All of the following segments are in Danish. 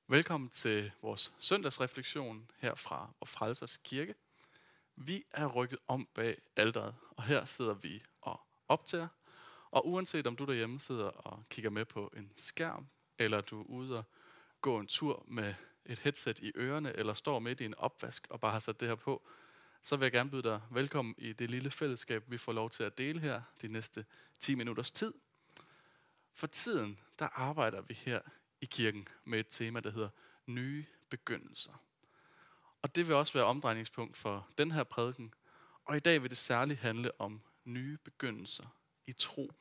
Velkommen til vores søndagsrefleksion her fra Frelsers Kirke. Vi er rykket om bag alteret, og her sidder vi og optager. Og uanset om du derhjemme sidder og kigger med på en skærm, eller du er ude og gå en tur med et headset i ørerne, eller står midt i en opvask og bare har sat det her på, så vil jeg gerne byde dig velkommen i det lille fællesskab, vi får lov til at dele her de næste 10 minutters tid. For tiden, der arbejder vi her i kirken med et tema, der hedder nye begyndelser. Og det vil også være omdrejningspunkt for den her prædiken. Og i dag vil det særligt handle om nye begyndelser i tro.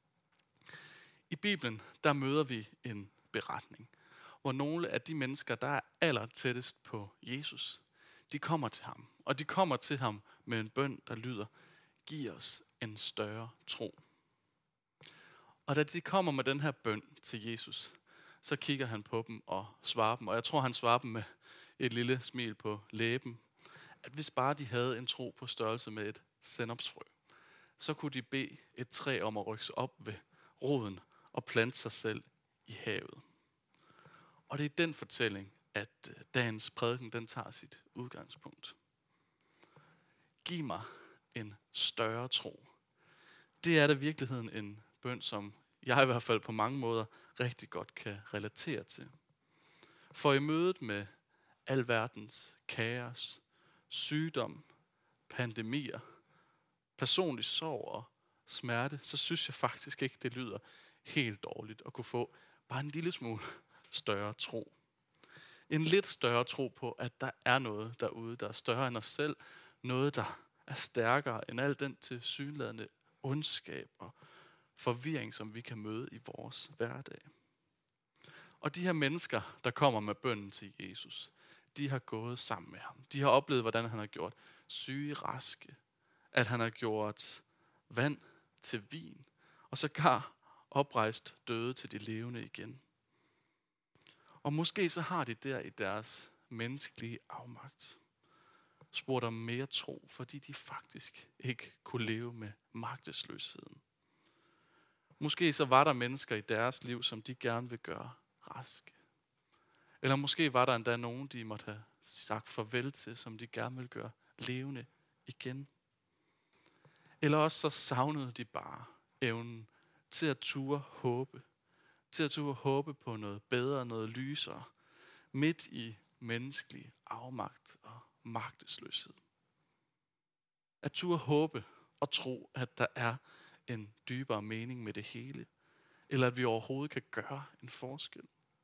I Bibelen, der møder vi en beretning, hvor nogle af de mennesker, der er aller tættest på Jesus, de kommer til ham. Og de kommer til ham med en bøn, der lyder: giv os en større tro. Og da de kommer med den her bøn til Jesus, så kigger han på dem og svarer dem. Og jeg tror, han svarer dem med et lille smil på læben. At hvis bare de havde en tro på størrelse med et sennepsfrø, så kunne de bede et træ om at rykke sig op ved roden og plante sig selv i havet. Og det er den fortælling, at dagens prædiken den tager sit udgangspunkt. Giv mig en større tro. Det er da i virkeligheden en bøn, som jeg i hvert fald på mange måder rigtig godt kan relatere til. For i mødet med alverdens kaos, sygdom, pandemier, personlig sorg og smerte, så synes jeg faktisk ikke, det lyder helt dårligt at kunne få bare en lille smule større tro. En lidt større tro på, at der er noget derude, der er større end os selv. Noget, der er stærkere end al den tilsyneladende ondskab og forvirring, som vi kan møde i vores hverdag. Og de her mennesker, der kommer med bønnen til Jesus, de har gået sammen med ham. De har oplevet, hvordan han har gjort syge raske, at han har gjort vand til vin, og sågar oprejst døde til de levende igen. Og måske så har de der i deres menneskelige afmagt spurgt om mere tro, fordi de faktisk ikke kunne leve med magtesløsheden. Måske så var der mennesker i deres liv, som de gerne vil gøre raske. Eller måske var der endda nogen, de måtte have sagt farvel til, som de gerne vil gøre levende igen. Eller også så savnede de bare evnen til at ture håbe. Til at ture håbe på noget bedre, noget lysere, midt i menneskelig afmagt og magtesløshed. At ture håbe og tro, at der er en dybere mening med det hele, eller at vi overhovedet kan gøre en forskel.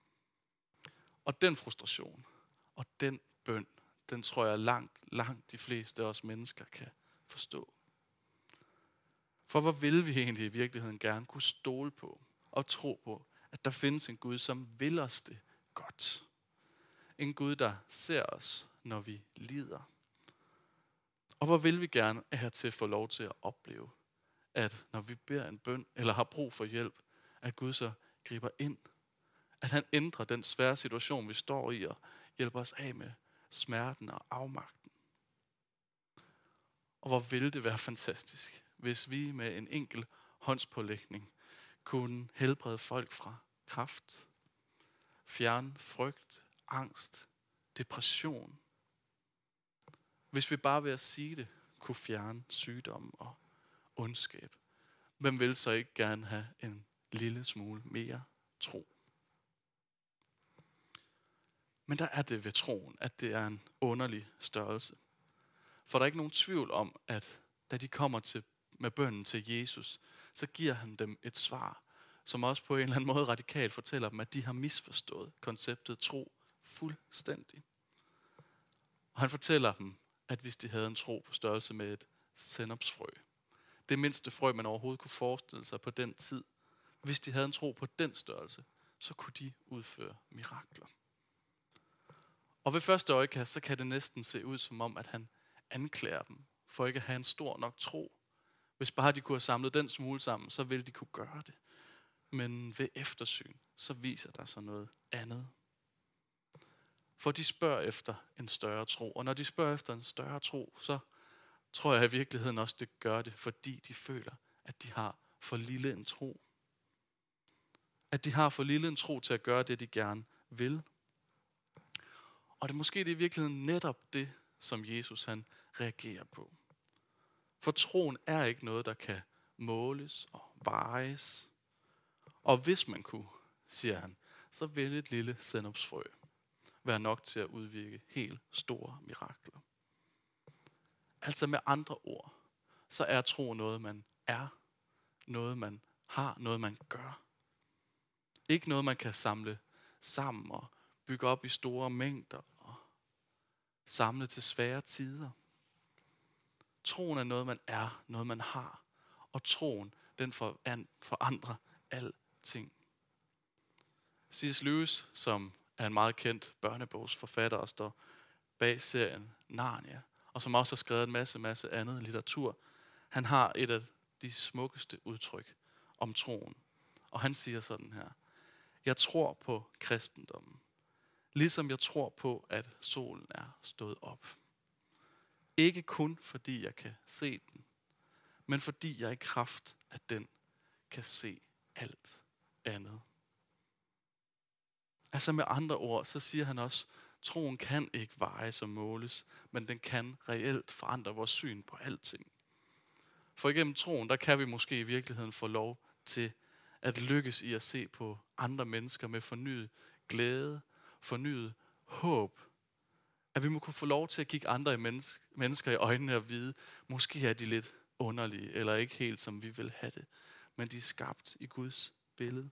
Og den frustration og den bøn, den tror jeg langt de fleste af os mennesker kan forstå. For hvor vil vi egentlig i virkeligheden gerne kunne stole på og tro på, at der findes en Gud, som vil os det godt. En Gud, der ser os, når vi lider. Og hvor vil vi gerne hertil få lov til at opleve, at når vi beder en bøn eller har brug for hjælp, at Gud så griber ind. At han ændrer den svære situation, vi står i, og hjælper os af med smerten og afmagten. Og hvor ville det være fantastisk, hvis vi med en enkel håndspålægning kunne helbrede folk fra kræft, fjerne frygt, angst, depression. Hvis vi bare ved at sige det, kunne fjerne sygdom og ondskab. Hvem vil så ikke gerne have en lille smule mere tro? Men der er det ved troen, at det er en underlig størrelse. For der er ikke nogen tvivl om, at da de kommer med bønnen til Jesus, så giver han dem et svar, som også på en eller anden måde radikalt fortæller dem, at de har misforstået konceptet tro fuldstændig. Og han fortæller dem, at hvis de havde en tro på størrelse med et sennepsfrø, det mindste frø, man overhovedet kunne forestille sig på den tid, hvis de havde en tro på den størrelse, så kunne de udføre mirakler. Og ved første øjekast, så kan det næsten se ud som om, at han anklager dem for ikke at have en stor nok tro. Hvis bare de kunne have samlet den smule sammen, så ville de kunne gøre det. Men ved eftersyn, så viser der sig noget andet. For de spørger efter en større tro. Og når de spørger efter en større tro, så tror jeg i virkeligheden også, det gør det, fordi de føler, at de har for lille en tro. At de har for lille en tro til at gøre det, de gerne vil. Og det er i virkeligheden netop det, som Jesus han reagerer på. For troen er ikke noget, der kan måles og vejes. Og hvis man kunne, siger han, så vil et lille sennepsfrø være nok til at udvirke helt store mirakler. Altså med andre ord, så er tro noget, man er, noget man har, noget man gør. Ikke noget, man kan samle sammen og bygge op i store mængder og samle til svære tider. Troen er noget, man er, noget man har. Og troen, den forandrer alting. C.S. Lewis, som er en meget kendt børnebogsforfatter og står bag serien Narnia, og som også har skrevet en masse andet litteratur, han har et af de smukkeste udtryk om troen. Og han siger sådan her: jeg tror på kristendommen, ligesom jeg tror på, at solen er stået op. Ikke kun fordi jeg kan se den, men fordi jeg i kraft af den kan se alt andet. Altså med andre ord, så siger han også, troen kan ikke vejes og måles, men den kan reelt forandre vores syn på alting. For igennem troen, der kan vi måske i virkeligheden få lov til at lykkes i at se på andre mennesker med fornyet glæde, fornyet håb. At vi må kunne få lov til at kigge andre mennesker i øjnene og vide, måske er de lidt underlige, eller ikke helt som vi vil have det, men de er skabt i Guds billede.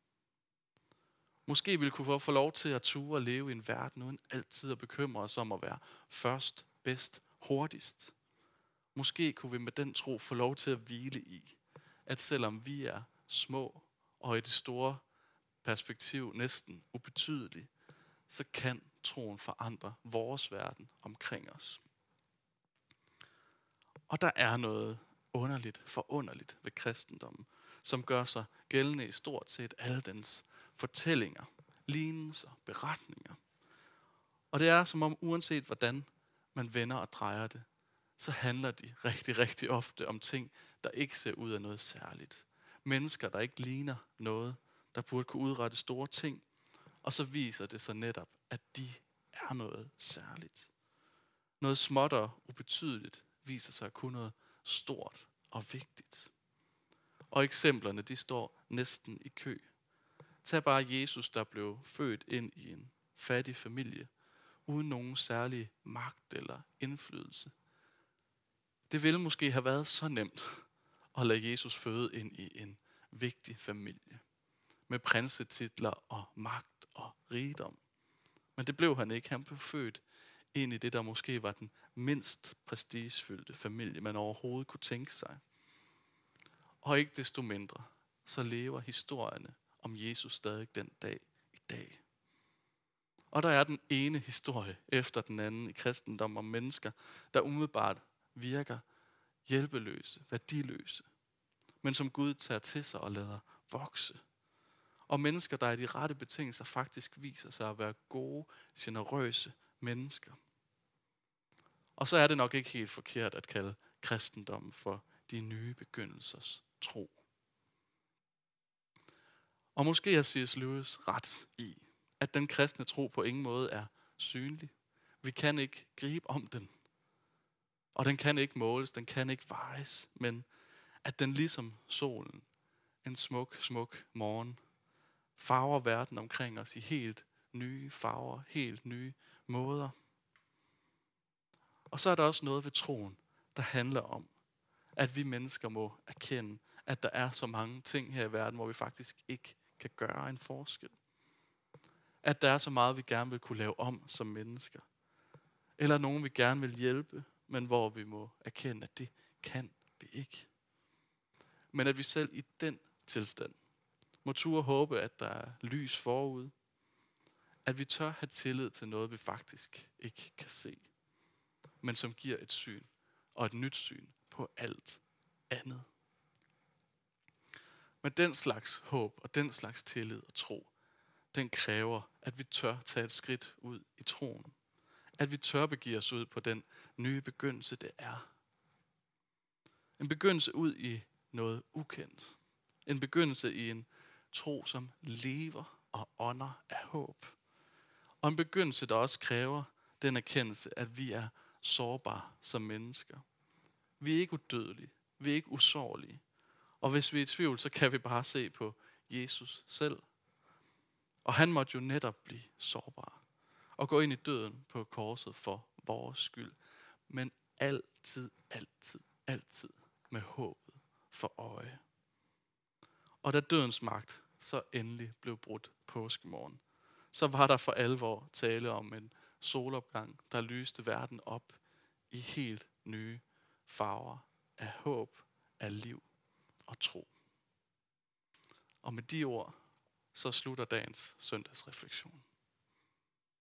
Måske vil vi kunne få lov til at ture og leve i en verden, uden altid at bekymre os om at være først, bedst, hurtigst. Måske kunne vi med den tro få lov til at hvile i, at selvom vi er små og i det store perspektiv næsten ubetydelige, så kan troen forandre vores verden omkring os. Og der er noget forunderligt ved kristendommen, som gør sig gældende i stort set alle dens fortællinger, lignelser, beretninger. Og det er som om, uanset hvordan man vender og drejer det, så handler de rigtig, rigtig ofte om ting, der ikke ser ud af noget særligt. Mennesker, der ikke ligner noget, der burde kunne udrette store ting. Og så viser det sig netop, at de er noget særligt. Noget småt og ubetydeligt viser sig at kunne noget stort og vigtigt. Og eksemplerne, de står næsten i kø. Tag bare Jesus, der blev født ind i en fattig familie, uden nogen særlig magt eller indflydelse. Det ville måske have været så nemt at lade Jesus føde ind i en vigtig familie, med prinsetitler og magt og rigdom. Men det blev han ikke. Han blev født ind i det, der måske var den mindst prestigefyldte familie, man overhovedet kunne tænke sig. Og ikke desto mindre, så lever historierne om Jesus stadig den dag i dag. Og der er den ene historie efter den anden i kristendommen om mennesker, der umiddelbart virker hjælpeløse, værdiløse, men som Gud tager til sig og lader vokse. Og mennesker, der i de rette betingelser faktisk viser sig at være gode, generøse mennesker. Og så er det nok ikke helt forkert at kalde kristendommen for de nye begyndelsers tro. Og måske har C.S. Lewis ret i, at den kristne tro på ingen måde er synlig. Vi kan ikke gribe om den. Og den kan ikke måles, den kan ikke vejes, men at den ligesom solen, en smuk, smuk morgen, farver verden omkring os i helt nye farver, helt nye måder. Og så er der også noget ved troen, der handler om, at vi mennesker må erkende, at der er så mange ting her i verden, hvor vi faktisk ikke kan gøre en forskel. At der er så meget, vi gerne vil kunne lave om som mennesker. Eller nogen, vi gerne vil hjælpe, men hvor vi må erkende, at det kan vi ikke. Men at vi selv i den tilstand må turde håbe, at der er lys forude. At vi tør have tillid til noget, vi faktisk ikke kan se. Men som giver et syn og et nyt syn på alt andet. Men den slags håb og den slags tillid og tro, den kræver, at vi tør tage et skridt ud i troen. At vi tør begive os ud på den nye begyndelse, det er. En begyndelse ud i noget ukendt. En begyndelse i en tro, som lever og ånder af håb. Og en begyndelse, der også kræver den erkendelse, at vi er sårbare som mennesker. Vi er ikke udødelige. Vi er ikke usårlige. Og hvis vi er i tvivl, så kan vi bare se på Jesus selv. Og han måtte jo netop blive sårbar. Og gå ind i døden på korset for vores skyld. Men altid, altid, altid med håbet for øje. Og da dødens magt så endelig blev brudt påskemorgen, så var der for alvor tale om en solopgang, der lyste verden op i helt nye farver af håb, af liv og tro. Og med de ord, så slutter dagens søndagsrefleksion.